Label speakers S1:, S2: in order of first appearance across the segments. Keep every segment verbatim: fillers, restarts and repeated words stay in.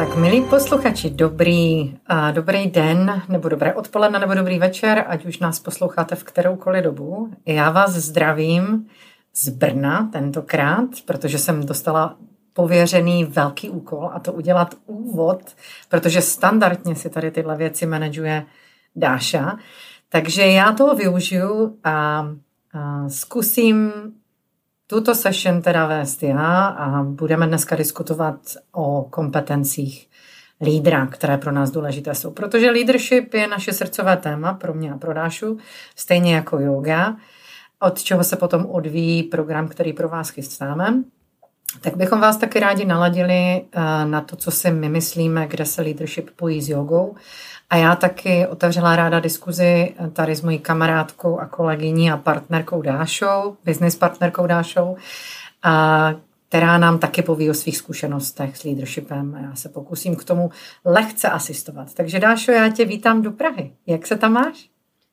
S1: Tak, milí posluchači, dobrý, a dobrý den, nebo dobré odpoledne, nebo dobrý večer, ať už nás posloucháte v kteroukoliv dobu. Já vás zdravím z Brna tentokrát, protože jsem dostala pověřený velký úkol a to udělat úvod, protože standardně si tady tyhle věci manažuje Dáša. Takže já toho využiju a, a zkusím tuto session teda vést já a budeme dneska diskutovat o kompetencích lídra, které pro nás důležité jsou. Protože leadership je naše srdcové téma pro mě a pro Dášu, stejně jako yoga, od čeho se potom odvíjí program, který pro vás chystáme. Tak bychom vás taky rádi naladili na to, co si my myslíme, kde se leadership pojí s jogou. A já taky otevřela ráda diskuzi tady s mojí kamarádkou a kolegyní a partnerkou Dášou, business partnerkou Dášou, a která nám taky poví o svých zkušenostech s leadershipem a já se pokusím k tomu lehce asistovat. Takže Dášo, já tě vítám do Prahy. Jak se tam máš?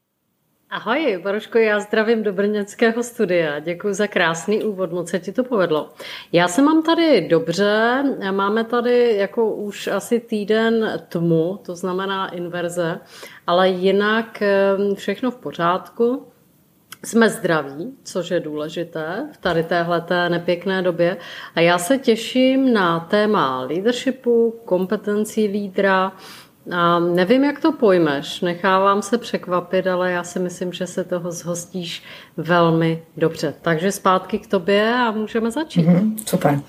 S2: Ahoj, Baruško, já zdravím do brněnského studia. Děkuji za krásný úvod, moc se ti to povedlo. Já se mám tady dobře, máme tady jako už asi týden tmu, to znamená inverze, ale jinak všechno v pořádku. Jsme zdraví, což je důležité v tady téhleté nepěkné době. A já se těším na téma leadershipu, kompetencí lídra. A nevím, jak to pojmeš, nechávám se překvapit, ale já si myslím, že se toho zhostíš velmi dobře. Takže zpátky k tobě a můžeme začít.
S1: Mm-hmm, super.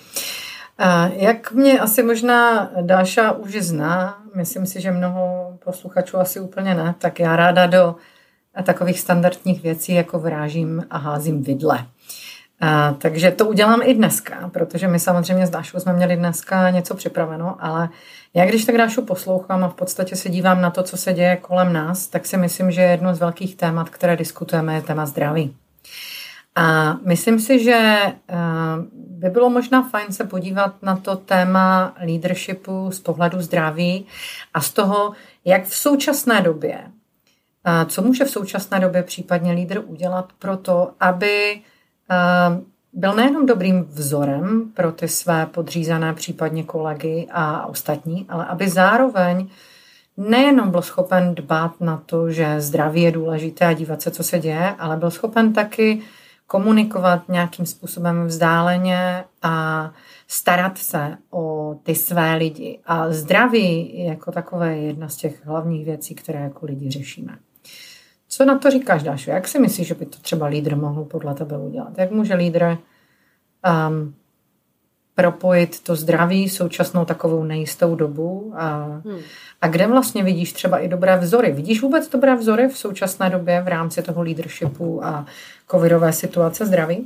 S1: A jak mě asi možná Dáša už zná, myslím si, že mnoho posluchačů asi úplně ne, tak já ráda do takových standardních věcí jako vrážím a házím vidle. A, takže to udělám i dneska, protože my samozřejmě s Dášou jsme měli dneska něco připraveno, ale já když tak Dášu poslouchám a v podstatě se dívám na to, co se děje kolem nás, tak si myslím, že jedno z velkých témat, které diskutujeme, je téma zdraví. A myslím si, že by bylo možná fajn se podívat na to téma leadershipu z pohledu zdraví a z toho, jak v současné době, co může v současné době případně lídr udělat pro to, aby byl nejenom dobrým vzorem pro ty své podřízené případně kolegy a ostatní, ale aby zároveň nejenom byl schopen dbát na to, že zdraví je důležité a dívat se, co se děje, ale byl schopen taky komunikovat nějakým způsobem vzdáleně a starat se o ty své lidi. A zdraví jako takové je jedna z těch hlavních věcí, které jako lidi řešíme. Co na to říkáš, Dášo? Jak si myslíš, že by to třeba lídr mohl podle tebe udělat? Jak může lídr um, propojit to zdraví současnou takovou nejistou dobu? A, hmm. a kde vlastně vidíš třeba i dobré vzory? Vidíš vůbec dobré vzory v současné době v rámci toho leadershipu a covidové situace zdraví?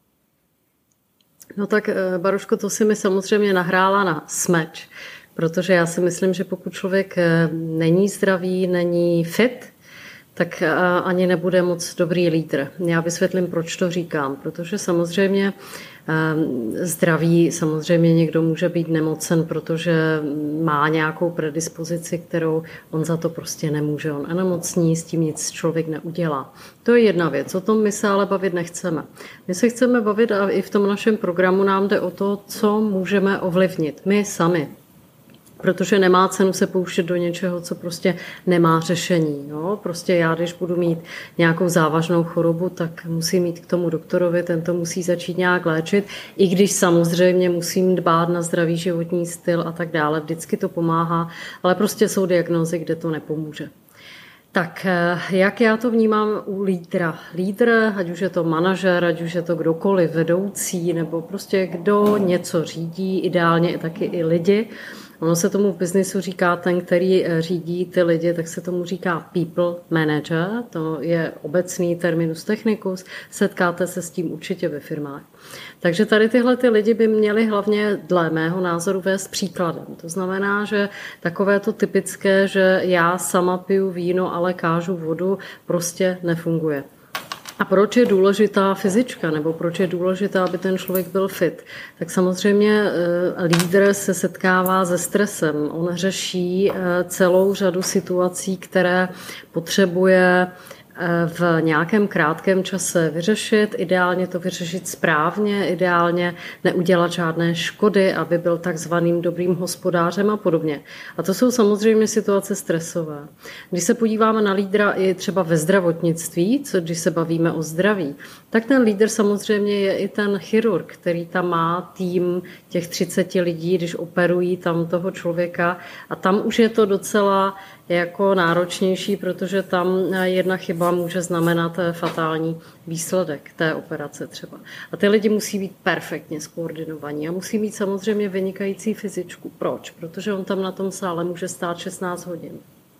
S2: No tak, Baruško, to si mi samozřejmě nahrála na smeč, protože já si myslím, že pokud člověk není zdravý, není fit, tak ani nebude moc dobrý lídr. Já vysvětlím, proč to říkám. Protože samozřejmě zdraví, samozřejmě někdo může být nemocen, protože má nějakou predispozici, kterou on za to prostě nemůže. On onemocní, s tím nic člověk neudělá. To je jedna věc. O tom my se ale bavit nechceme. My se chceme bavit a i v tom našem programu nám jde o to, co můžeme ovlivnit. My sami. Protože nemá cenu se pouštět do něčeho, co prostě nemá řešení. No? Prostě já, když budu mít nějakou závažnou chorobu, tak musím jít k tomu doktorovi, ten to musí začít nějak léčit, i když samozřejmě musím dbát na zdravý životní styl a tak dále. Vždycky to pomáhá, ale prostě jsou diagnózy, kde to nepomůže. Tak jak já to vnímám u lídra? Lídr, ať už je to manažer, ať už je to kdokoliv, vedoucí, nebo prostě kdo něco řídí, ideálně taky i lidi. Ono se tomu v biznisu říká ten, který řídí ty lidi, tak se tomu říká people manager, to je obecný terminus technicus, setkáte se s tím určitě ve firmách. Takže tady tyhle ty lidi by měli hlavně dle mého názoru vést příkladem. To znamená, že takové to typické, že já sama piju víno, ale kážu vodu, prostě nefunguje. A proč je důležitá fyzička, nebo proč je důležitá, aby ten člověk byl fit? Tak samozřejmě lídr se setkává se stresem. On řeší celou řadu situací, které potřebuje v nějakém krátkém čase vyřešit, ideálně to vyřešit správně, ideálně neudělat žádné škody, aby byl takzvaným dobrým hospodářem a podobně. A to jsou samozřejmě situace stresové. Když se podíváme na lídra i třeba ve zdravotnictví, co když se bavíme o zdraví, tak ten lídr samozřejmě je i ten chirurg, který tam má tým těch třicet lidí, když operují tam toho člověka a tam už je to docela jako náročnější, protože tam jedna chyba může znamenat fatální výsledek té operace třeba. A ty lidi musí být perfektně skoordinovaní a musí mít samozřejmě vynikající fyzičku. Proč? Protože on tam na tom sále může stát šestnáct hodin.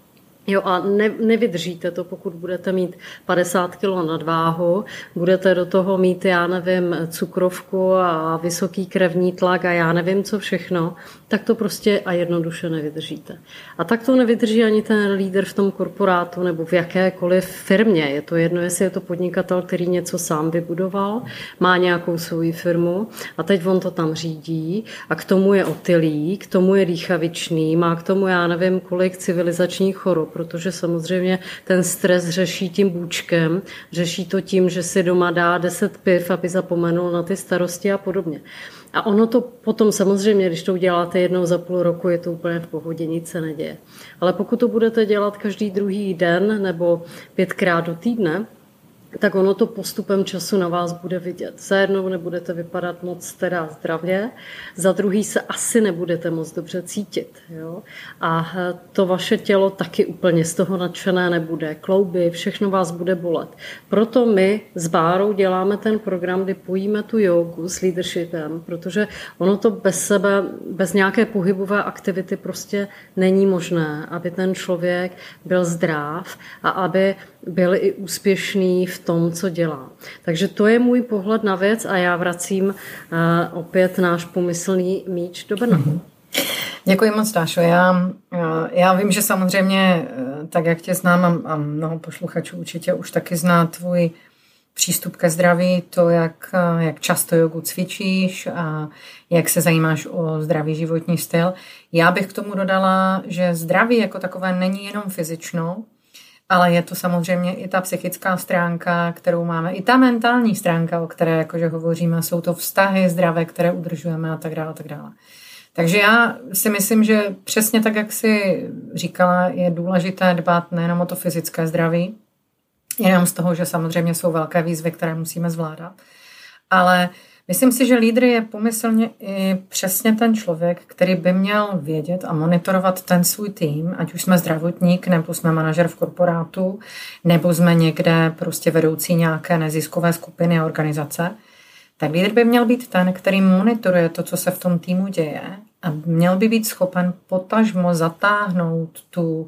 S2: Jo, a ne, nevydržíte to, pokud budete mít padesát kilo nadváhu, budete do toho mít, já nevím, cukrovku a vysoký krevní tlak a já nevím co všechno, tak to prostě a jednoduše nevydržíte. A tak to nevydrží ani ten lídr v tom korporátu nebo v jakékoliv firmě. Je to jedno, jestli je to podnikatel, který něco sám vybudoval, má nějakou svou firmu a teď on to tam řídí a k tomu je otylý, k tomu je dýchavičný, má k tomu já nevím kolik civilizačních chorob, protože samozřejmě ten stres řeší tím bůčkem, řeší to tím, že si doma dá deset piv, aby zapomenul na ty starosti a podobně. A ono to potom samozřejmě, když to uděláte jednou za půl roku, je to úplně v pohodě, nic se neděje. Ale pokud to budete dělat každý druhý den nebo pětkrát do týdne, tak ono to postupem času na vás bude vidět. Za jednou nebudete vypadat moc teda zdravě, za druhý se asi nebudete moc dobře cítit. Jo? A to vaše tělo taky úplně z toho nadšené nebude. Klouby, všechno vás bude bolet. Proto my s Bárou děláme ten program, kdy pojíme tu jogu s leadershipem, protože ono to bez sebe, bez nějaké pohybové aktivity prostě není možné, aby ten člověk byl zdrav a aby byl i úspěšný v tom, co dělá. Takže to je můj pohled na věc a já vracím uh, opět náš pomyslný míč do Brna.
S1: Děkuji moc, Dášo. Já, já vím, že samozřejmě, tak jak tě znám a mnoho posluchačů určitě už taky zná tvůj přístup ke zdraví, to, jak, jak často jogu cvičíš a jak se zajímáš o zdravý životní styl. Já bych k tomu dodala, že zdraví jako takové není jenom fyzičnou, ale je to samozřejmě i ta psychická stránka, kterou máme, i ta mentální stránka, o které jakože hovoříme, jsou to vztahy zdravé, které udržujeme a tak dále, a tak dále. Takže já si myslím, že přesně tak, jak jsi říkala, je důležité dbát nejenom o to fyzické zdraví, jenom z toho, že samozřejmě jsou velké výzvy, které musíme zvládat, ale myslím si, že lídr je pomyslně i přesně ten člověk, který by měl vědět a monitorovat ten svůj tým, ať už jsme zdravotník, nebo jsme manažer v korporátu, nebo jsme někde prostě vedoucí nějaké neziskové skupiny a organizace. Tak lídr by měl být ten, který monitoruje to, co se v tom týmu děje a měl by být schopen potažmo zatáhnout tu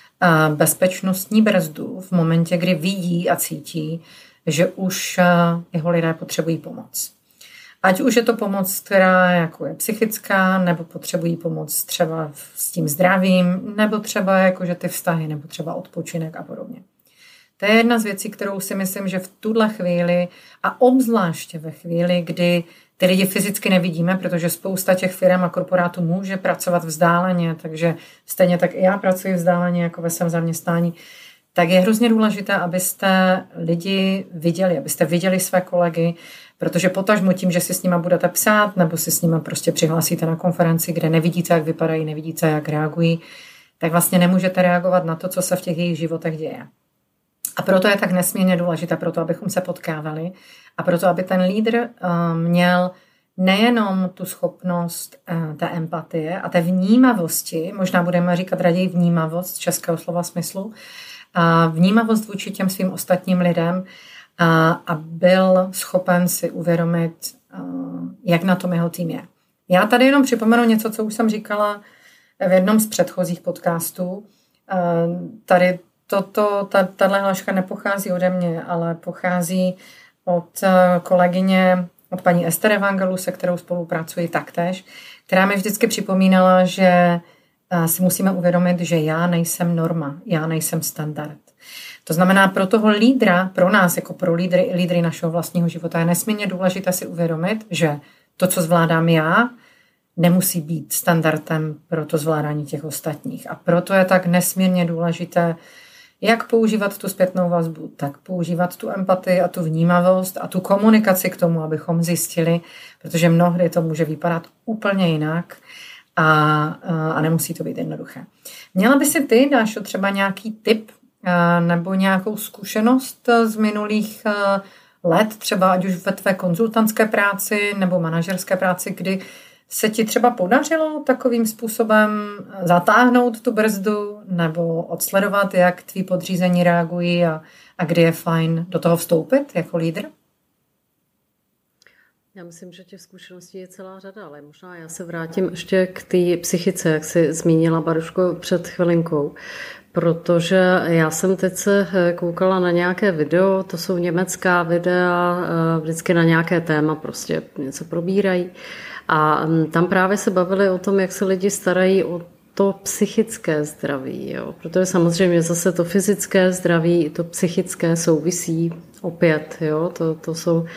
S1: bezpečnostní brzdu v momentě, kdy vidí a cítí, že už jeho lidé potřebují pomoc. Ať už je to pomoc, která jako je psychická, nebo potřebují pomoc třeba s tím zdravím, nebo třeba jakože ty vztahy, nebo třeba odpočinek a podobně. To je jedna z věcí, kterou si myslím, že v tuhle chvíli a obzvláště ve chvíli, kdy ty lidi fyzicky nevidíme, protože spousta těch firm a korporátů může pracovat vzdáleně, takže stejně tak i já pracuji vzdáleně jako ve svém zaměstnání, tak je hrozně důležité, abyste lidi viděli, abyste viděli své kolegy, protože potažmo tím, že si s nima budete psát, nebo si s nima prostě přihlásíte na konferenci, kde nevidíte, jak vypadají, nevidíte, jak reagují, tak vlastně nemůžete reagovat na to, co se v těch jejich životech děje. A proto je tak nesmírně důležité, proto abychom se potkávali a proto, aby ten lídr měl nejenom tu schopnost té empatie a té vnímavosti, možná budeme říkat raději vnímavost českého slova smyslu, a vnímavost vůči těm svým ostatním lidem a, a byl schopen si uvědomit, jak na tom jeho tým je. Já tady jenom připomenu něco, co už jsem říkala v jednom z předchozích podcastů. Tady toto, ta, tato hláška nepochází ode mě, ale pochází od kolegyně, od paní Ester Evangelu, se kterou spolupracuji taktéž, která mi vždycky připomínala, že si musíme uvědomit, že já nejsem norma, já nejsem standard. To znamená, pro toho lídra, pro nás, jako pro lídry, lídry našeho vlastního života, je nesmírně důležité si uvědomit, že to, co zvládám já, nemusí být standardem pro to zvládání těch ostatních. A proto je tak nesmírně důležité Jak používat tu zpětnou vazbu, tak používat tu empatii a tu vnímavost a tu komunikaci k tomu, abychom zjistili, protože mnohdy to může vypadat úplně jinak a, a nemusí to být jednoduché. Měla by si ty, Dášo, třeba nějaký tip nebo nějakou zkušenost z minulých let, třeba ať už ve tvé konzultantské práci nebo manažerské práci, kdy se ti třeba podařilo takovým způsobem zatáhnout tu brzdu nebo odsledovat, jak tví podřízení reagují a, a kdy je fajn do toho vstoupit jako lídr?
S2: Já myslím, že těch zkušeností je celá řada, ale možná já se vrátím ještě k té psychice, jak jsi zmínila, Baruško, před chvilinkou. Protože já jsem teď se koukala na nějaké video, to jsou německá videa, vždycky na nějaké téma, prostě něco probírají. A tam právě se bavili o tom, jak se lidi starají o to psychické zdraví. Jo? Protože samozřejmě zase to fyzické zdraví, to psychické souvisí opět. Jo? To, to jsou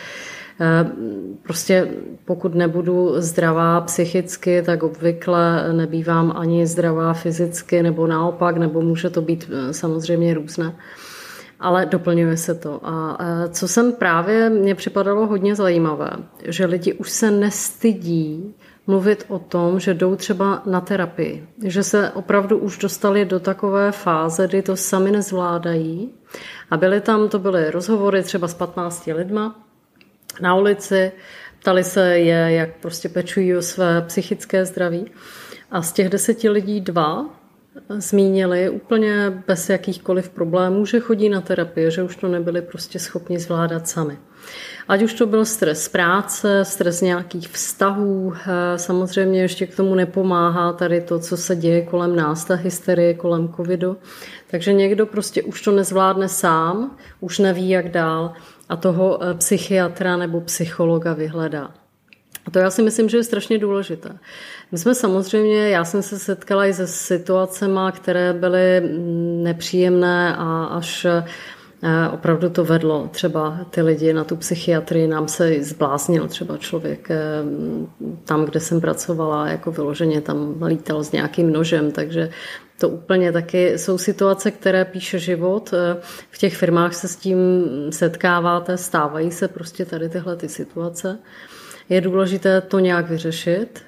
S2: prostě pokud nebudu zdravá psychicky, tak obvykle nebývám ani zdravá fyzicky, nebo naopak, nebo může to být samozřejmě různé. Ale doplňuje se to. A co jsem právě, mně připadalo hodně zajímavé, že lidi už se nestydí mluvit o tom, že jdou třeba na terapii. Že se opravdu už dostali do takové fáze, kdy to sami nezvládají. A byly tam, to byly rozhovory třeba s patnácti lidma na ulici, ptali se je, jak prostě pečují o své psychické zdraví. A z těch deseti lidí dva zmínili úplně bez jakýchkoliv problémů, že chodí na terapii, že už to nebyli prostě schopni zvládat sami. Ať už to byl stres práce, stres nějakých vztahů, samozřejmě ještě k tomu nepomáhá tady to, co se děje kolem nás, ta hysterie kolem covidu. Takže někdo prostě už to nezvládne sám, už neví, jak dál a toho psychiatra nebo psychologa vyhledá. A to já si myslím, že je strašně důležité. My jsme samozřejmě, já jsem se setkala i se situacemi, které byly nepříjemné a až opravdu to vedlo třeba ty lidi na tu psychiatrii. Nám se zbláznil třeba člověk tam, kde jsem pracovala, jako vyloženě tam lítal s nějakým nožem, takže to úplně taky jsou situace, které píše život. V těch firmách se s tím setkáváte, stávají se prostě tady tyhle ty situace. Je důležité to nějak vyřešit.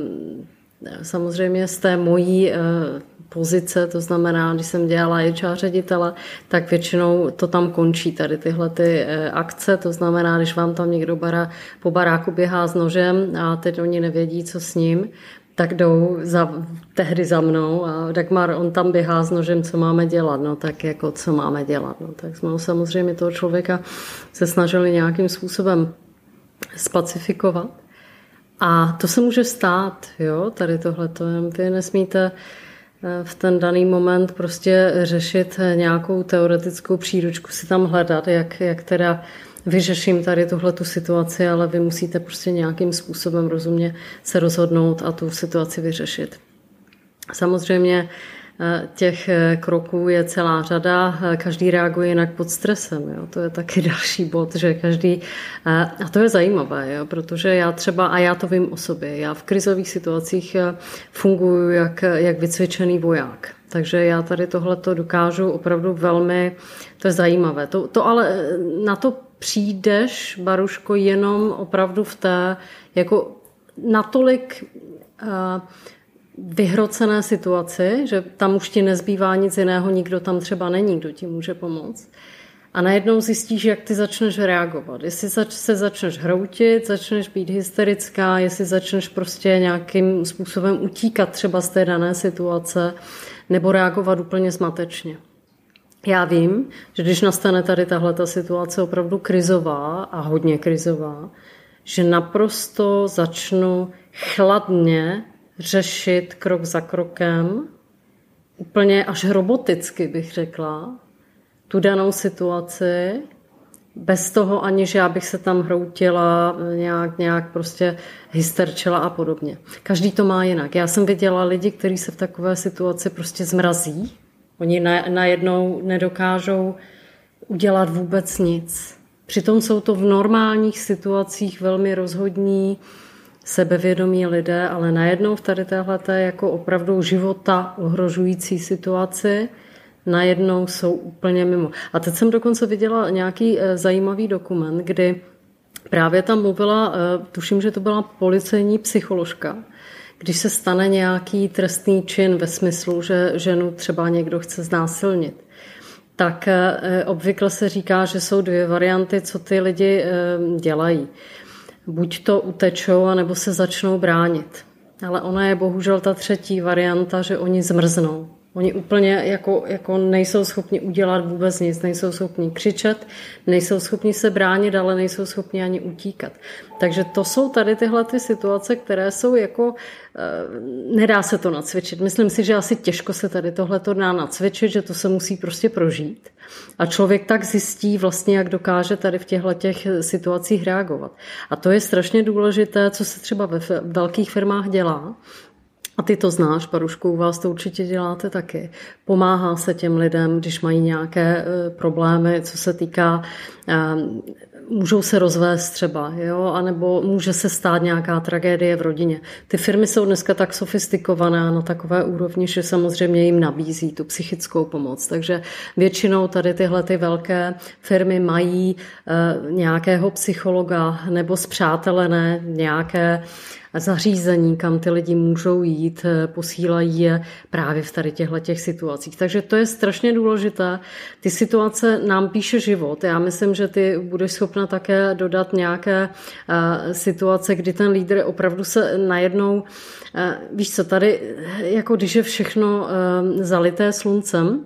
S2: Samozřejmě z té mojí pozice, to znamená, když jsem dělala H R ředitele, tak většinou to tam končí, tady tyhle ty akce, to znamená, když vám tam někdo bara, po baráku běhá s nožem a teď oni nevědí, co s ním, tak jdou za, tehdy za mnou a Dagmar, on tam běhá s nožem, co máme dělat, no tak jako co máme dělat, no tak jsme samozřejmě toho člověka se snažili nějakým způsobem spacifikovat. A to se může stát, jo, tady tohleto. Vy nesmíte v ten daný moment prostě řešit nějakou teoretickou příručku, si tam hledat, jak, jak teda vyřeším tady tuhletu situaci, ale vy musíte prostě nějakým způsobem rozumně se rozhodnout a tu situaci vyřešit. Samozřejmě těch kroků je celá řada, každý reaguje jinak pod stresem. Jo. To je taky další bod, že každý, a to je zajímavé, jo, protože já třeba, a já to vím o sobě, já v krizových situacích funguji jak, jak vycvičený voják. Takže já tady tohleto dokážu opravdu velmi, to je zajímavé. To, to ale na to přijdeš, Baruško, jenom opravdu v té, jako natolik uh, vyhrocené situaci, že tam už ti nezbývá nic jiného, nikdo tam třeba není, kdo ti může pomoct. A najednou zjistíš, jak ty začneš reagovat. Jestli se začneš hroutit, začneš být hysterická, jestli začneš prostě nějakým způsobem utíkat třeba z té dané situace, nebo reagovat úplně zmatečně. Já vím, že když nastane tady tahleta situace opravdu krizová a hodně krizová, že naprosto začnu chladně řešit krok za krokem, úplně až roboticky bych řekla, tu danou situaci, bez toho ani, že já bych se tam hroutila, nějak, nějak prostě hysterčila a podobně. Každý to má jinak. Já jsem viděla lidi, kteří se v takové situaci prostě zmrazí. Oni najednou nedokážou udělat vůbec nic. Přitom jsou to v normálních situacích velmi rozhodní, sebevědomí lidé, ale najednou v tady téhleté jako opravdu života ohrožující situaci najednou jsou úplně mimo. A teď jsem dokonce viděla nějaký zajímavý dokument, kdy právě tam mluvila, tuším, že to byla policejní psycholožka, když se stane nějaký trestný čin ve smyslu, že ženu třeba někdo chce znásilnit, tak obvykle se říká, že jsou dvě varianty, co ty lidi dělají. Buď to utečou, anebo se začnou bránit. Ale ona je bohužel ta třetí varianta, že oni zmrznou. Oni úplně jako, jako nejsou schopni udělat vůbec nic, nejsou schopni křičet, nejsou schopni se bránit, ale nejsou schopni ani utíkat. Takže to jsou tady tyhle ty situace, které jsou jako, nedá se to nacvičit. Myslím si, že asi těžko se tady tohleto dá nacvičit, že to se musí prostě prožít. A člověk tak zjistí vlastně, jak dokáže tady v těchto těch situacích reagovat. A to je strašně důležité, co se třeba ve velkých firmách dělá. A ty to znáš, Parušku, u vás to určitě děláte taky. Pomáhá se těm lidem, když mají nějaké problémy, co se týká, můžou se rozvést třeba, jo? Anebo může se stát nějaká tragédie v rodině. Ty firmy jsou dneska tak sofistikované na takové úrovni, že samozřejmě jim nabízí tu psychickou pomoc. Takže většinou tady tyhle ty velké firmy mají nějakého psychologa nebo spřátelené nějaké zařízení, kam ty lidi můžou jít, posílají je právě v tady těchto těch situacích. Takže to je strašně důležité. Ty situace nám píše život. Já myslím, že ty budeš schopna také dodat nějaké uh, situace, kdy ten lídr opravdu se najednou, uh, víš co, tady, jako když je všechno uh, zalité sluncem,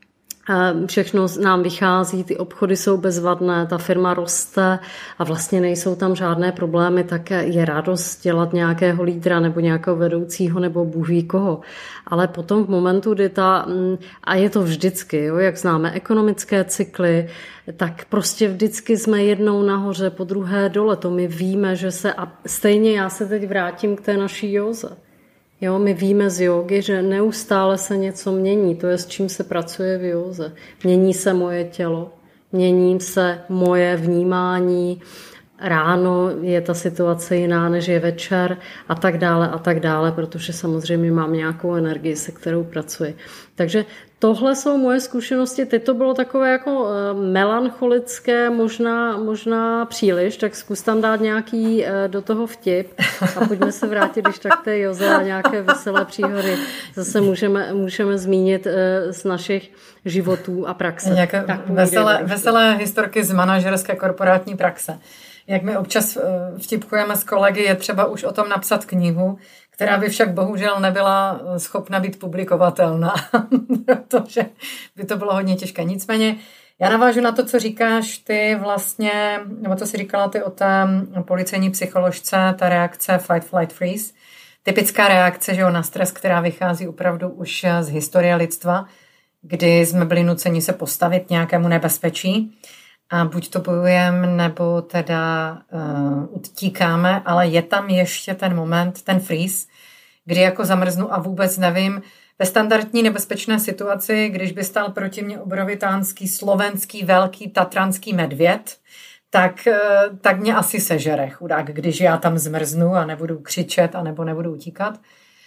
S2: všechno nám vychází, ty obchody jsou bezvadné, ta firma roste a vlastně nejsou tam žádné problémy, tak je radost dělat nějakého lídra nebo nějakého vedoucího nebo bůh ví koho. Ale potom v momentu, kdy ta, a je to vždycky, jo, jak známe ekonomické cykly, tak prostě vždycky jsme jednou nahoře, po druhé dole, to my víme, že se, a stejně já se teď vrátím k té naší józe. Jo, my víme z jógy, že neustále se něco mění. To je, s čím se pracuje v józe. Mění se moje tělo, mění se moje vnímání. Ráno je ta situace jiná, než je večer a tak dále a tak dále, protože samozřejmě mám nějakou energii, se kterou pracuji. Takže tohle jsou moje zkušenosti. Teď to bylo takové jako melancholické, možná, možná příliš, tak zkus tam dát nějaký do toho vtip a pojďme se vrátit, když tak té józe a nějaké veselé příhody. Zase můžeme, můžeme zmínit z našich životů a praxe.
S1: Nějaké veselé, veselé historky z manažerské korporátní praxe. Jak my občas vtipkujeme s kolegy, je třeba už o tom napsat knihu, která by však bohužel nebyla schopna být publikovatelná, protože by to bylo hodně těžké. Nicméně já navážu na to, co říkáš ty vlastně, nebo co jsi říkala ty o té policejní psycholožce, ta reakce fight, flight, freeze. Typická reakce, že jo, na stres, která vychází opravdu už z historie lidstva, kdy jsme byli nuceni se postavit nějakému nebezpečí. A buď to bojujeme, nebo teda uh, utíkáme, ale je tam ještě ten moment, ten freeze, kdy jako zamrznu a vůbec nevím, ve standardní nebezpečné situaci, když by stál proti mně obrovitánský, slovenský, velký, tatranský medvěd, tak, uh, tak mě asi sežere chudák, když já tam zmrznu a nebudu křičet a nebo nebudu utíkat.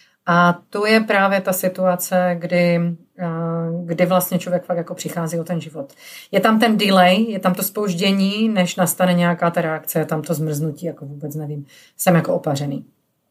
S1: A to je právě ta situace, kdy, kdy vlastně člověk fakt jako přichází o ten život. Je tam ten delay, je tam to zpoždění, než nastane nějaká ta reakce, je tam to zmrznutí, jako vůbec nevím, jsem jako opařený.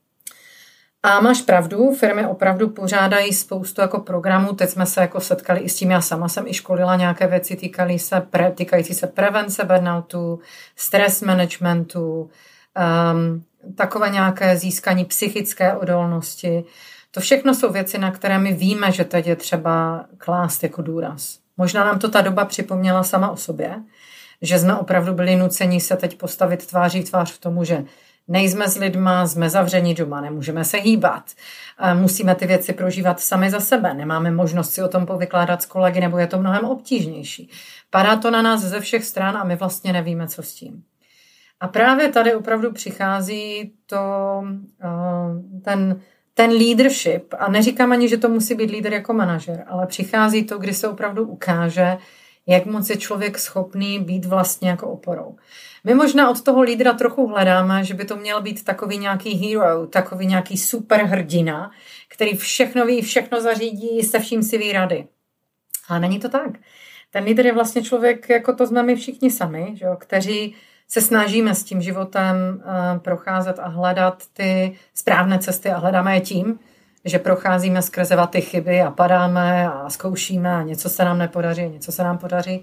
S1: A máš pravdu, firmy opravdu pořádají spoustu jako programů, teď jsme se jako setkali i s tím, já sama jsem i školila nějaké věci týkající se, pre, týkající se prevence burnoutu, stres managementu, um, takové nějaké získání psychické odolnosti. To všechno jsou věci, na které my víme, že teď je třeba klást jako důraz. Možná nám to ta doba připomněla sama o sobě, že jsme opravdu byli nuceni se teď postavit tváří tvář v tomu, že nejsme s lidma, jsme zavření doma, nemůžeme se hýbat. Musíme ty věci prožívat sami za sebe, nemáme možnost si o tom povykládat s kolegy, nebo je to mnohem obtížnější. Padá to na nás ze všech stran a my vlastně nevíme, co s tím. A právě tady opravdu přichází to, ten, ten leadership, a neříkám ani, že to musí být lídr jako manažer, ale přichází to, kdy se opravdu ukáže, jak moc je člověk schopný být vlastně jako oporou. My možná od toho lídra trochu hledáme, že by to měl být takový nějaký hero, takový nějaký superhrdina, který všechno ví, všechno zařídí, se vším si ví rady. Ale není to tak. Ten lídr je vlastně člověk, jako to jsme my všichni sami, že jo, kteří se snažíme s tím životem uh, procházet a hledat ty správné cesty a hledáme je tím, že procházíme skrze ty chyby a padáme a zkoušíme a něco se nám nepodaří, něco se nám podaří.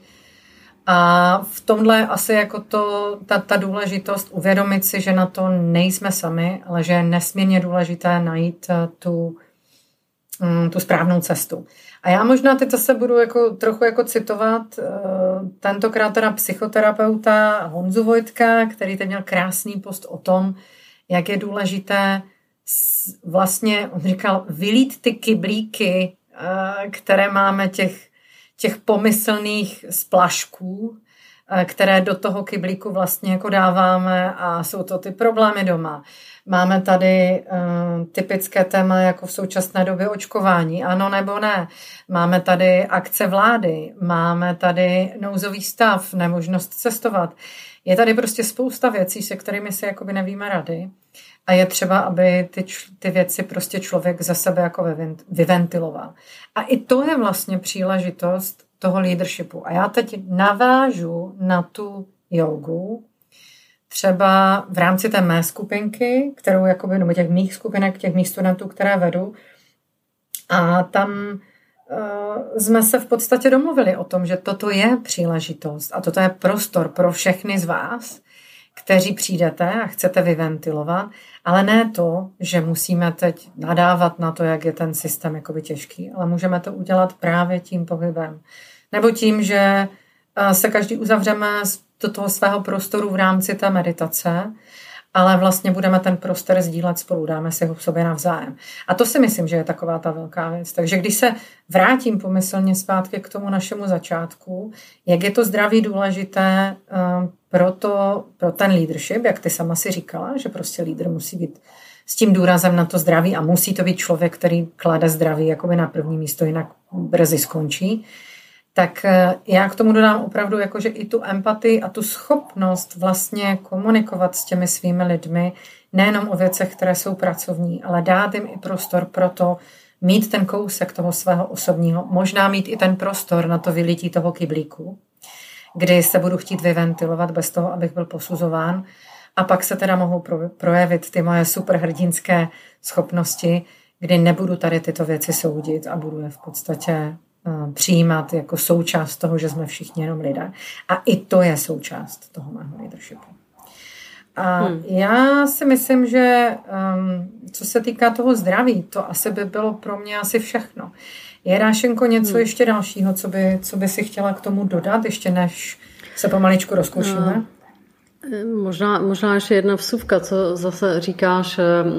S1: A v tomhle asi jako to, ta, ta důležitost uvědomit si, že na to nejsme sami, ale že je nesmírně důležité najít tu, tu správnou cestu. A já možná teď zase budu jako, trochu jako citovat tentokrát teda psychoterapeuta Honzu Vojtka, který teď měl krásný post o tom, jak je důležité vlastně, on říkal, vylít ty kyblíky, které máme těch, těch pomyslných splašků, které do toho kyblíku vlastně jako dáváme a jsou to ty problémy doma. Máme tady uh, typické téma jako v současné době očkování, ano nebo ne. Máme tady akce vlády, máme tady nouzový stav, nemožnost cestovat. Je tady prostě spousta věcí, se kterými si jakoby nevíme rady. A je třeba, aby ty, ty věci prostě člověk za sebe jako vyventiloval. A i to je vlastně příležitost toho leadershipu. A já teď navážu na tu jogu, třeba v rámci té mé skupinky, kterou jakoby, nebo těch mých skupinek, těch mých studentů, které vedu. A tam uh, jsme se v podstatě domluvili o tom, že toto je příležitost a toto je prostor pro všechny z vás, kteří přijdete a chcete vyventilovat, ale ne to, že musíme teď nadávat na to, jak je ten systém jakoby těžký, ale můžeme to udělat právě tím pohybem. Nebo tím, že se každý uzavřeme do toho svého prostoru v rámci té meditace, ale vlastně budeme ten prostor sdílet spolu, dáme si ho v sobě navzájem. A to si myslím, že je taková ta velká věc. Takže když se vrátím pomyslně zpátky k tomu našemu začátku, jak je to zdraví důležité pro, to, pro ten leadership, jak ty sama si říkala, že prostě lídr musí být s tím důrazem na to zdraví a musí to být člověk, který klade zdraví jakoby na první místo, jinak brzy skončí. Tak já k tomu dodám opravdu jakože i tu empatii a tu schopnost vlastně komunikovat s těmi svými lidmi, nejenom o věcech, které jsou pracovní, ale dát jim i prostor pro to, mít ten kousek toho svého osobního, možná mít i ten prostor na to vylití toho kyblíku, kdy se budu chtít vyventilovat bez toho, abych byl posuzován. A pak se teda mohou projevit ty moje superhrdinské schopnosti, kdy nebudu tady tyto věci soudit a budu je v podstatě přijímat jako součást toho, že jsme všichni jenom lidé. A i to je součást toho mého leadershipu. A hmm. já si myslím, že um, co se týká toho zdraví, to asi by bylo pro mě asi všechno. Je, Dášenko, něco hmm. ještě dalšího, co by, co by si chtěla k tomu dodat, ještě než se pomaličku rozkoušíme? No.
S2: Možná, možná ještě jedna vsuvka, co zase říkáš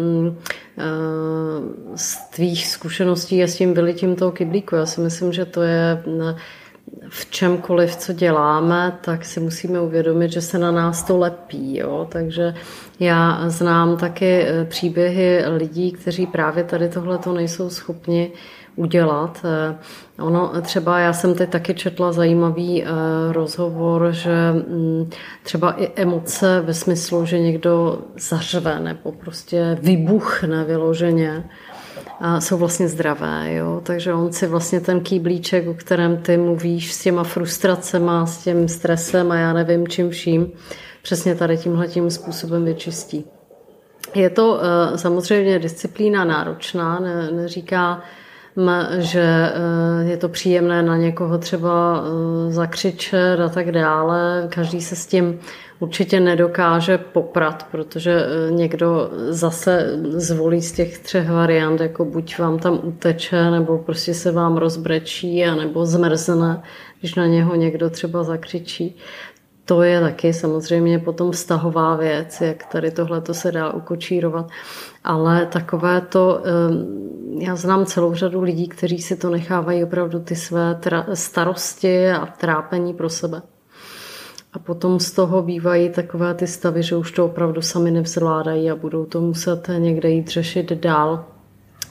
S2: z tvých zkušeností a s tím vylitím toho kyblíku. Já si myslím, že to je v čemkoliv, co děláme, tak si musíme uvědomit, že se na nás to lepí. Jo? Takže já znám taky příběhy lidí, kteří právě tady tohleto nejsou schopni udělat. Ono třeba, já jsem teď taky četla zajímavý rozhovor, že třeba i emoce ve smyslu, že někdo zařve nebo prostě vybuchne vyloženě, jsou vlastně zdravé. Jo? Takže on si vlastně ten kýblíček, o kterém ty mluvíš, s těma frustracema, s tím stresem a já nevím čím vším, přesně tady tímhletím způsobem vyčistí. Je to samozřejmě disciplína náročná, ne, neříká že je to příjemné na někoho třeba zakřičet a tak dále. Každý se s tím určitě nedokáže poprat, protože někdo zase zvolí z těch třech variant, jako buď vám tam uteče, nebo prostě se vám rozbrečí, anebo zmrzne, když na něho někdo třeba zakřičí. To je taky samozřejmě potom vztahová věc, jak tady tohleto se dá ukočírovat. Ale takové to, já znám celou řadu lidí, kteří si to nechávají opravdu ty své starosti a trápení pro sebe. A potom z toho bývají takové ty stavy, že už to opravdu sami nevzvládají a budou to muset někde jít řešit dál.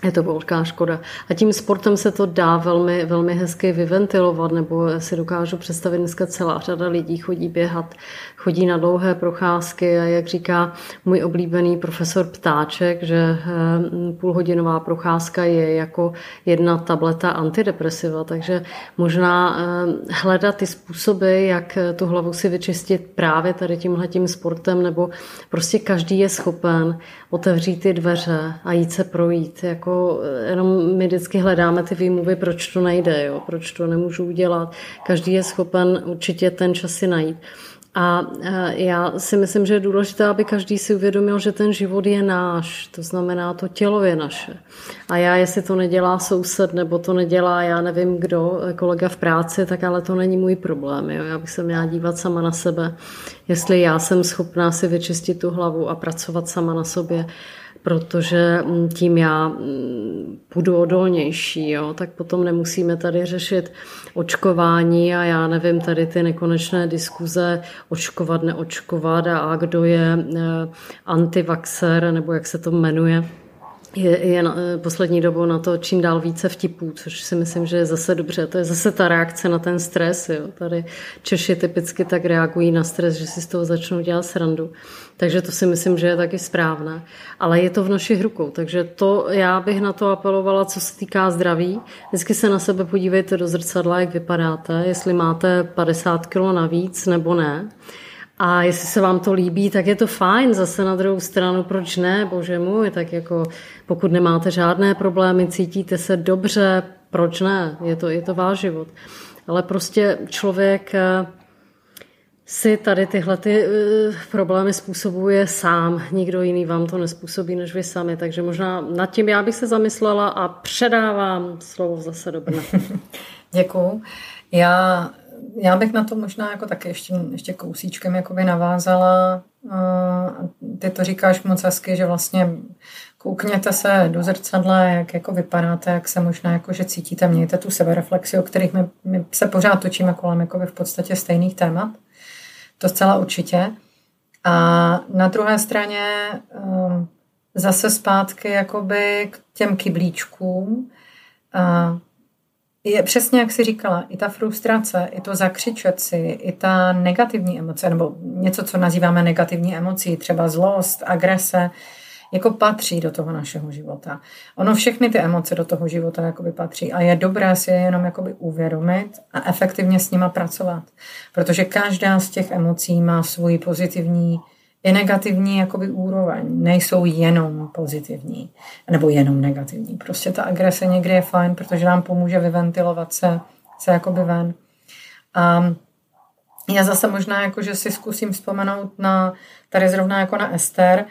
S2: Je to velká škoda. A tím sportem se to dá velmi, velmi hezky vyventilovat, nebo si dokážu představit, dneska celá řada lidí chodí běhat, chodí na dlouhé procházky a jak říká můj oblíbený profesor Ptáček, že půlhodinová procházka je jako jedna tableta antidepresiva, takže možná hledat ty způsoby, jak tu hlavu si vyčistit právě tady tímhletím sportem, nebo prostě každý je schopen otevřít ty dveře a jít se projít. Jako, jenom my vždycky hledáme ty výmluvy, proč to nejde, jo? Proč to nemůžu udělat. Každý je schopen určitě ten čas si najít. A já si myslím, že je důležité, aby každý si uvědomil, že ten život je náš, to znamená, to tělo je naše. A já, jestli to nedělá soused, nebo to nedělá, já nevím kdo, kolega v práci, tak ale to není můj problém. Jo? Já bych se měla dívat sama na sebe, jestli já jsem schopná si vyčistit tu hlavu a pracovat sama na sobě, protože tím já budu odolnější, jo? Tak potom nemusíme tady řešit očkování a já nevím, tady ty nekonečné diskuze očkovat, neočkovat a, a kdo je antivaxer, nebo jak se to jmenuje. Je, je na, poslední dobou na to čím dál více vtipů, což si myslím, že je zase dobře. To je zase ta reakce na ten stres. Jo. Tady Češi typicky tak reagují na stres, že si z toho začnou dělat srandu. Takže to si myslím, že je taky správné. Ale je to v našich rukou. Takže to já bych na to apelovala, co se týká zdraví. Vždycky se na sebe podívejte do zrcadla, jak vypadáte, jestli máte padesát kilo navíc nebo ne. A jestli se vám to líbí, tak je to fajn. Zase na druhou stranu, proč ne, bože můj, tak jako pokud nemáte žádné problémy, cítíte se dobře, proč ne, je to, je to váš život. Ale prostě člověk si tady tyhle ty problémy způsobuje sám. Nikdo jiný vám to nespůsobí, než vy sami. Takže možná nad tím já bych se zamyslela a předávám slovo zase do Brna.
S1: Děkuju. Já... Já bych na to možná jako taky ještě, ještě kousíčkem jakoby navázala. Ty to říkáš moc hezky, že vlastně koukněte se do zrcadla, jak jako vypadáte, jak se možná jako, že cítíte, mějte tu sebereflexi, o kterých my, my se pořád točíme kolem jakoby v podstatě stejných témat. To zcela určitě. A na druhé straně zase zpátky jakoby k těm kyblíčkům. Je přesně, jak jsi říkala, i ta frustrace, i to zakřičet si, i ta negativní emoce, nebo něco, co nazýváme negativní emocí, třeba zlost, agrese, jako patří do toho našeho života. Ono všechny ty emoce do toho života jakoby patří a je dobré si je jenom jakoby uvědomit a efektivně s nima pracovat. Protože každá z těch emocí má svůj pozitivní i negativní jakoby úroveň. Nejsou jenom pozitivní, nebo jenom negativní. Prostě ta agrese někdy je fajn, protože nám pomůže vyventilovat se, se jakoby ven. A já zase možná jako, že si zkusím vzpomenout na, tady zrovna jako na Ester,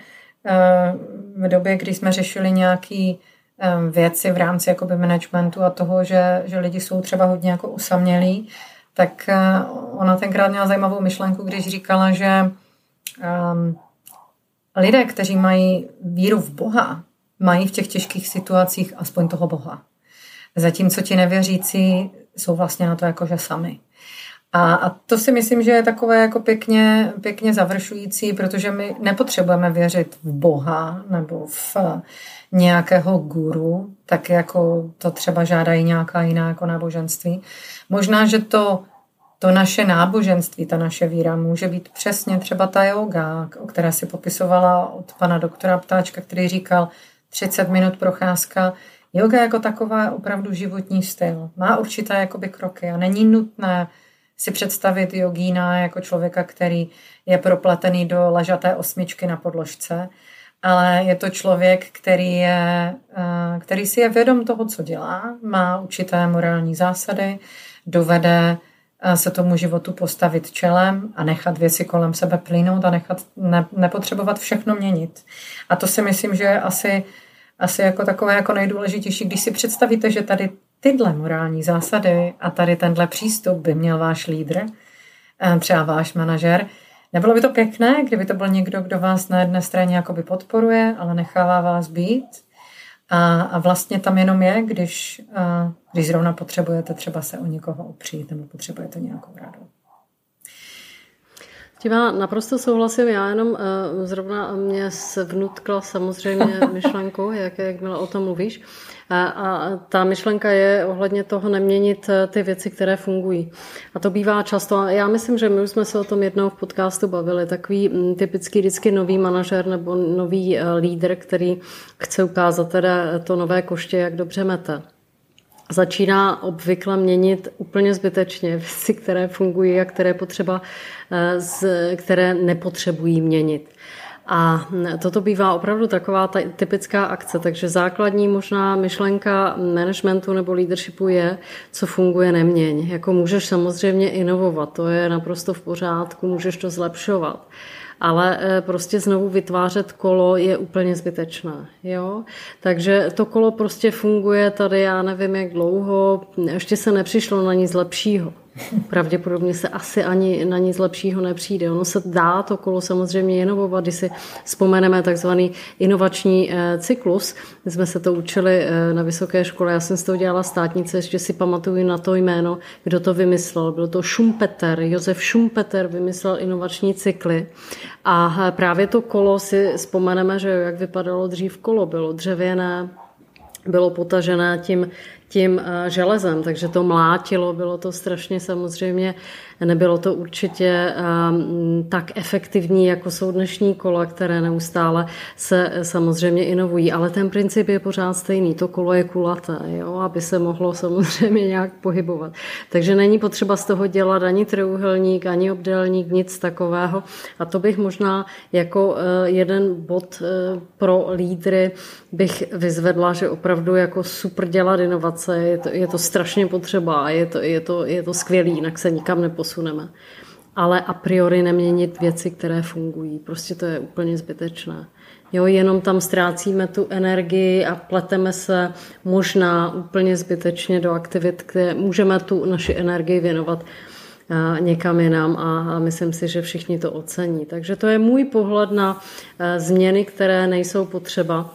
S1: v době, kdy jsme řešili nějaké věci v rámci jakoby managementu a toho, že, že lidi jsou třeba hodně jako usamělí, tak ona tenkrát měla zajímavou myšlenku, když říkala, že Um, lidé, kteří mají víru v Boha, mají v těch těžkých situacích aspoň toho Boha. Zatímco ti nevěřící jsou vlastně na to jakože sami. A, a to si myslím, že je takové jako pěkně, pěkně završující, protože my nepotřebujeme věřit v Boha nebo v nějakého guru, tak jako to třeba žádají nějaká jiná jako náboženství. Možná, že to To naše náboženství, ta naše víra může být přesně třeba ta yoga, o které si popisovala od pana doktora Ptáčka, který říkal třicet minut procházka. Yoga jako taková je opravdu životní styl. Má určité jakoby kroky a není nutné si představit jogína jako člověka, který je propletený do ležaté osmičky na podložce, ale je to člověk, který, je, který si je vědom toho, co dělá, má určité morální zásady, dovede se tomu životu postavit čelem a nechat věci kolem sebe plynout a nechat ne, nepotřebovat všechno měnit. A to si myslím, že je asi, asi jako takové jako nejdůležitější, když si představíte, že tady tyhle morální zásady a tady tenhle přístup by měl váš lídr, třeba váš manažer. Nebylo by to pěkné, kdyby to byl někdo, kdo vás na jedné straně jakoby podporuje, ale nechává vás být a, a vlastně tam jenom je, když, a, když zrovna potřebujete třeba se o někoho opřít nebo potřebujete nějakou radu.
S2: Tím já naprosto souhlasím, já jenom uh, zrovna mě vnutkla samozřejmě myšlenku, jak, jakmile o tom mluvíš. A, a ta myšlenka je ohledně toho neměnit ty věci, které fungují. A to bývá často. A já myslím, že my už jsme se o tom jednou v podcastu bavili. Takový typický vždycky nový manažer nebo nový lídr, který chce ukázat teda to nové koště, jak dobře mete. Začíná obvykle měnit úplně zbytečně věci, které fungují a které, potřeba, které nepotřebují měnit. A toto bývá opravdu taková ta typická akce, takže základní možná myšlenka managementu nebo leadershipu je, co funguje, neměň. Jako můžeš samozřejmě inovovat, to je naprosto v pořádku, můžeš to zlepšovat. Ale prostě znovu vytvářet kolo je úplně zbytečné. Jo? Takže to kolo prostě funguje tady, já nevím jak dlouho, ještě se nepřišlo na nic lepšího. Pravděpodobně se asi ani na nic lepšího nepřijde. Ono se dá to kolo samozřejmě inovovat, když si vzpomeneme takzvaný inovační cyklus. My jsme se to učili na vysoké škole, já jsem z toho dělala státnice, ještě si pamatuju na to jméno, kdo to vymyslel. Byl to Schumpeter, Josef Schumpeter vymyslel inovační cykly. A právě to kolo si vzpomeneme, že jak vypadalo dřív kolo, bylo dřevěné, bylo potažené tím, tím železem, takže to mlátilo, bylo to strašně samozřejmě, nebylo to určitě um, tak efektivní, jako jsou dnešní kola, které neustále se samozřejmě inovují, ale ten princip je pořád stejný, to kolo je kulaté, jo, aby se mohlo samozřejmě nějak pohybovat. Takže není potřeba z toho dělat ani trojúhelník, ani obdélník, nic takového a to bych možná jako uh, jeden bod uh, pro lídry bych vyzvedla, že opravdu jako super dělat inovace, je to, je to strašně potřeba, je to, je to, je to skvělý, jinak se nikam neposuneme. Ale a priori neměnit věci, které fungují. Prostě to je úplně zbytečné. Jo, jenom tam ztrácíme tu energii a pleteme se možná úplně zbytečně do aktivit, kde můžeme tu naši energii věnovat někam jinam a myslím si, že všichni to ocení. Takže to je můj pohled na změny, které nejsou potřeba.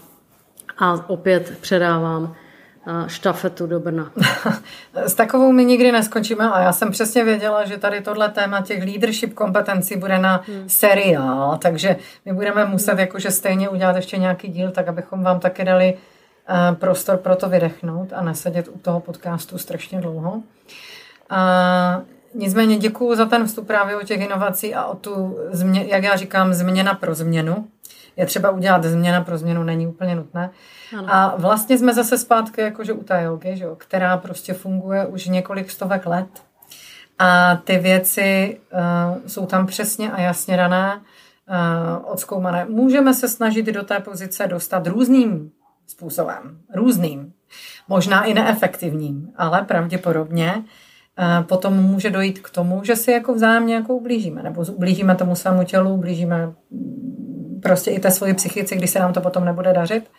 S2: A opět předávám štafetu do Brna.
S1: S takovou my nikdy neskončíme a já jsem přesně věděla, že tady tohle téma těch leadership kompetencí bude na hmm. seriál, takže my budeme muset hmm. jakože stejně udělat ještě nějaký díl, tak abychom vám taky dali uh, prostor pro to vydechnout a nesedět u toho podcastu strašně dlouho. Uh, nicméně děkuju za ten vstup právě o těch inovací a o tu, změ, jak já říkám, změna pro změnu. Je třeba udělat změna pro změnu, není úplně nutné. Ano. A vlastně jsme zase zpátky jakože u té jogy, že jo, která prostě funguje už několik stovek let. A ty věci uh, jsou tam přesně a jasně dané, uh, odzkoumané. Můžeme se snažit do té pozice dostat různým způsobem. Různým. Možná i neefektivním, ale pravděpodobně uh, potom může dojít k tomu, že si jako vzájemně jako ublížíme. Nebo ublížíme tomu svému tělu, ublížíme prostě i té svoji psychice, když se nám to potom nebude dařit.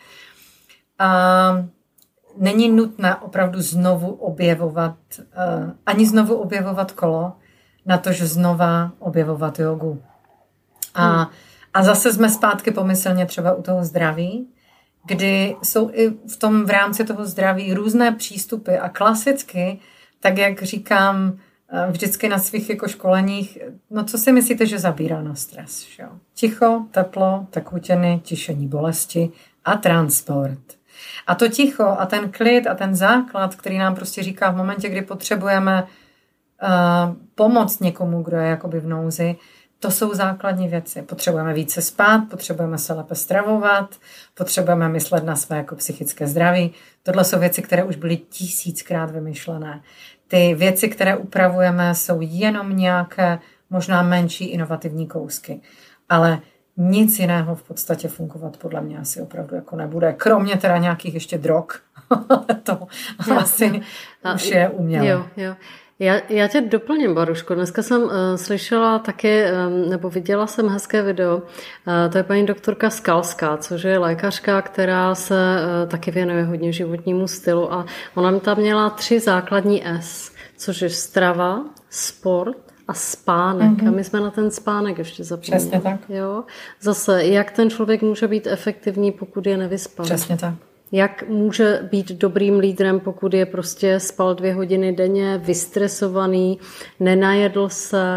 S1: A není nutné opravdu znovu objevovat, uh, ani znovu objevovat kolo, na to, že znova objevovat jogu. A, hmm. a zase jsme zpátky pomyslně třeba u toho zdraví, kdy jsou i v tom v rámci toho zdraví různé přístupy a klasicky, tak jak říkám vždycky na svých jako školeních, no co si myslíte, že zabírá na stres? Že? Ticho, teplo, tekutiny, tišení bolesti a transport. A to ticho a ten klid a ten základ, který nám prostě říká v momentě, kdy potřebujeme uh, pomoct někomu, kdo je jakoby v nouzi, to jsou základní věci. Potřebujeme více spát, potřebujeme se lépe stravovat, potřebujeme myslet na své jako psychické zdraví. Tohle jsou věci, které už byly tisíckrát vymyšlené. Ty věci, které upravujeme, jsou jenom nějaké možná menší inovativní kousky. Ale nic jiného v podstatě fungovat podle mě asi opravdu jako nebude. Kromě teda nějakých ještě drog. To jo, asi jo. Už je umělé.
S2: Jo, jo. Já, já tě doplním, Baruško. Dneska jsem uh, slyšela taky, um, nebo viděla jsem hezké video. Uh, to je paní doktorka Skalská, což je lékařka, která se uh, taky věnuje hodně životnímu stylu a ona tam měla tři základní S, což je strava, sport a spánek. Mm-hmm. A my jsme na ten spánek ještě zapomněli.
S1: Přesně tak.
S2: Jo? Zase, jak ten člověk může být efektivní, pokud je nevyspaný.
S1: Přesně tak.
S2: Jak může být dobrým lídrem, pokud je prostě spal dvě hodiny denně, vystresovaný, nenajedl se,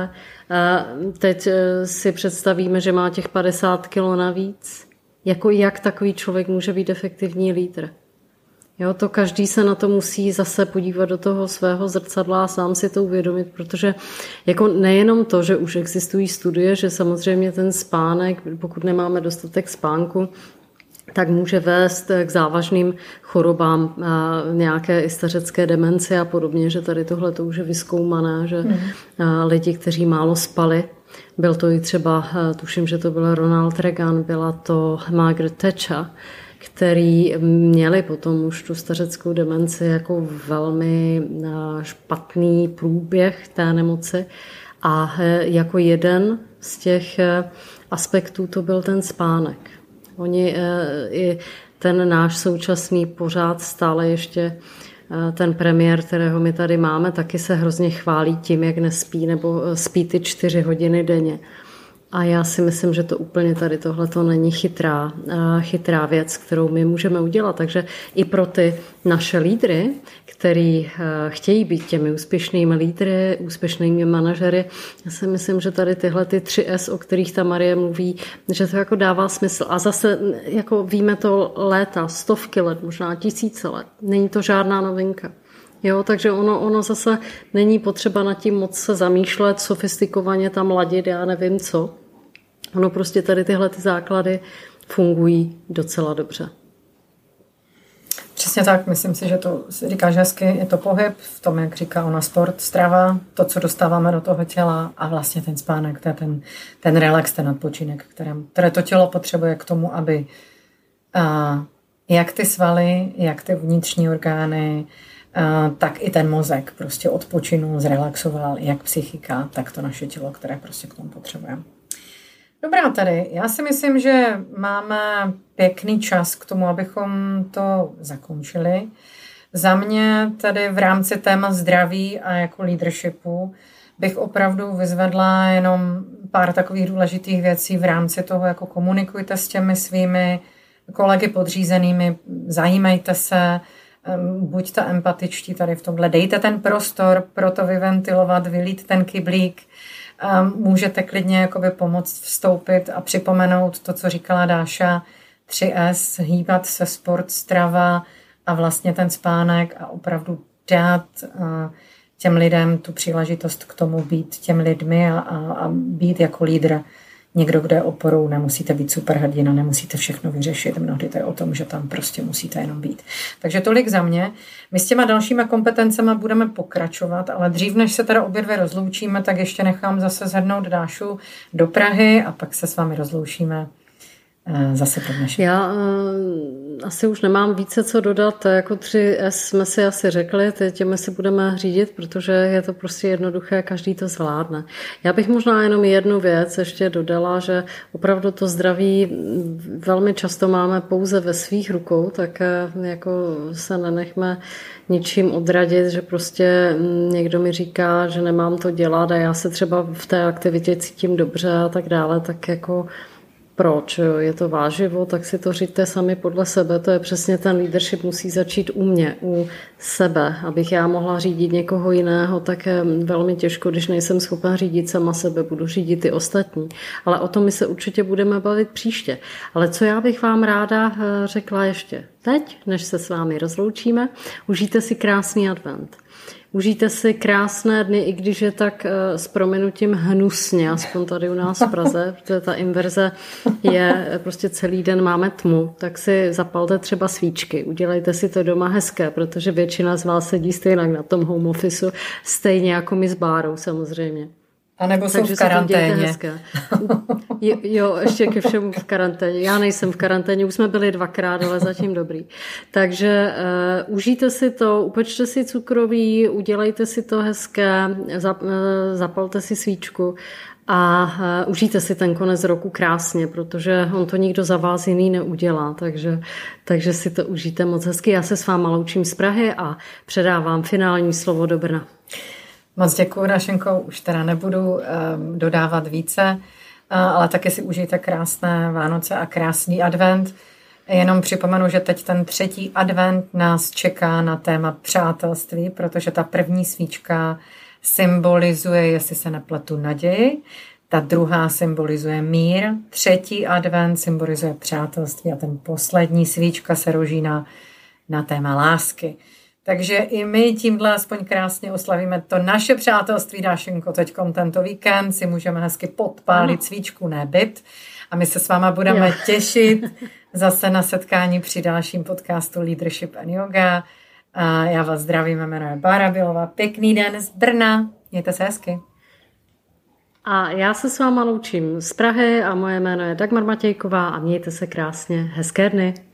S2: Teď si představíme, že má těch padesát kilo navíc. Jako jak takový člověk může být efektivní lídr? Jo, to každý se na to musí zase podívat do toho svého zrcadla a sám si to uvědomit, protože jako nejenom to, že už existují studie, že samozřejmě ten spánek, pokud nemáme dostatek spánku, tak může vést k závažným chorobám, nějaké i stařecké demence a podobně, že tady tohle to už je vyzkoumané, že mm. lidi, kteří málo spali, byl to i třeba, tuším, že to byl Ronald Reagan, byla to Margaret Thatcher, který měli potom už tu stařeckou demenci jako velmi špatný průběh té nemoci a jako jeden z těch aspektů to byl ten spánek. Oni, i ten náš současný pořád stále ještě ten premiér, kterého my tady máme, taky se hrozně chválí tím, jak nespí nebo spí ty čtyři hodiny denně. A já si myslím, že to úplně tady tohle to není chytrá, chytrá věc, kterou my můžeme udělat. Takže i pro ty naše lídry, který chtějí být těmi úspěšnými lídry, úspěšnými manažery, já si myslím, že tady tyhle ty tři S, o kterých ta Marie mluví, že to jako dává smysl. A zase jako víme to léta, stovky let, možná tisíce let. Není to žádná novinka. Jo, takže ono, ono zase není potřeba nad tím moc se zamýšlet, sofistikovaně tam ladit, já nevím co. Ono prostě tady tyhle ty základy fungují docela dobře.
S1: Přesně tak, myslím si, že to říkáš hezky, je to pohyb v tom, jak říká ona, sport, strava, to, co dostáváme do toho těla a vlastně ten spánek, to je ten, ten relax, ten odpočinek, kterém, které to tělo potřebuje k tomu, aby a, jak ty svaly, jak ty vnitřní orgány, Uh, tak i ten mozek prostě odpočinul, zrelaxoval, jak psychika, tak to naše tělo, které prostě k tomu potřebujeme. Dobrá tady, já si myslím, že máme pěkný čas k tomu, abychom to zakončili. Za mě tady v rámci téma zdraví a jako leadershipu bych opravdu vyzvedla jenom pár takových důležitých věcí v rámci toho, jako komunikujte s těmi svými kolegy podřízenými, zajímejte se, buďte empatičtí tady v tomhle, dejte ten prostor pro to vyventilovat, vylít ten kyblík, můžete klidně jakoby pomoct vstoupit a připomenout to, co říkala Dáša, tři S, hýbat se, sport, strava a vlastně ten spánek a opravdu dát těm lidem tu příležitost k tomu být těm lidmi a, a, a být jako lídr někdo, kdo je oporou, nemusíte být superhrdina, nemusíte všechno vyřešit, mnohdy to je o tom, že tam prostě musíte jenom být. Takže tolik za mě. My s těma dalšíma kompetencema budeme pokračovat, ale dřív, než se teda obě dvě rozloučíme, tak ještě nechám zase zhrnout Dášu do Prahy a pak se s vámi rozloučíme zase pro dnešek.
S2: Já uh, asi už nemám více co dodat, jako tři S jsme si asi řekli, teď těmi si budeme řídit, protože je to prostě jednoduché, každý to zvládne. Já bych možná jenom jednu věc ještě dodala, že opravdu to zdraví velmi často máme pouze ve svých rukou, tak jako se nenechme ničím odradit, že prostě někdo mi říká, že nemám to dělat a já se třeba v té aktivitě cítím dobře a tak dále, tak jako proč? Je to váš život, tak si to říďte sami podle sebe. To je přesně ten leadership musí začít u mě, u sebe. Abych já mohla řídit někoho jiného, tak je velmi těžko, když nejsem schopná řídit sama sebe, budu řídit ty ostatní. Ale o tom my se určitě budeme bavit příště. Ale co já bych vám ráda řekla ještě teď, než se s vámi rozloučíme, užijte si krásný advent. Užijte si krásné dny, i když je tak s prominutím hnusně, aspoň tady u nás v Praze, protože ta inverze je prostě celý den máme tmu, tak si zapalte třeba svíčky, udělejte si to doma hezké, protože většina z vás sedí stejně na tom home officeu, stejně jako my s Bárou samozřejmě.
S1: A nebo jsou v karanténě.
S2: Jo, jo, ještě ke všemu v karanténě. Já nejsem v karanténě, už jsme byli dvakrát, ale zatím dobrý. Takže uh, užijte si to, upečte si cukroví, udělejte si to hezké, zap, uh, zapalte si svíčku a uh, užijte si ten konec roku krásně, protože on to nikdo za vás jiný neudělá, takže, takže si to užijte moc hezky. Já se s váma loučím z Prahy a předávám finální slovo do Brna.
S1: Moc děkuju, Dašenko, už teda nebudu um, dodávat více, uh, ale taky si užijte krásné Vánoce a krásný advent. Jenom připomenu, že teď ten třetí advent nás čeká na téma přátelství, protože ta první svíčka symbolizuje, jestli se nepletu, naději. Ta druhá symbolizuje mír. Třetí advent symbolizuje přátelství a ten poslední svíčka se roží na, na téma lásky. Takže i my tímhle aspoň krásně oslavíme to naše přátelství, Dášenko, teďkom tento víkend si můžeme hezky podpálit svíčku, ne byt. A my se s váma budeme jo. těšit zase na setkání při dalším podcastu Leadership and Yoga. A já vás zdravím, jmenuji Bára Bělová. Pěkný den z Brna. Mějte se hezky.
S2: A já se s váma loučím z Prahy a moje jméno je Dagmar Matějková a mějte se krásně. Hezké dny.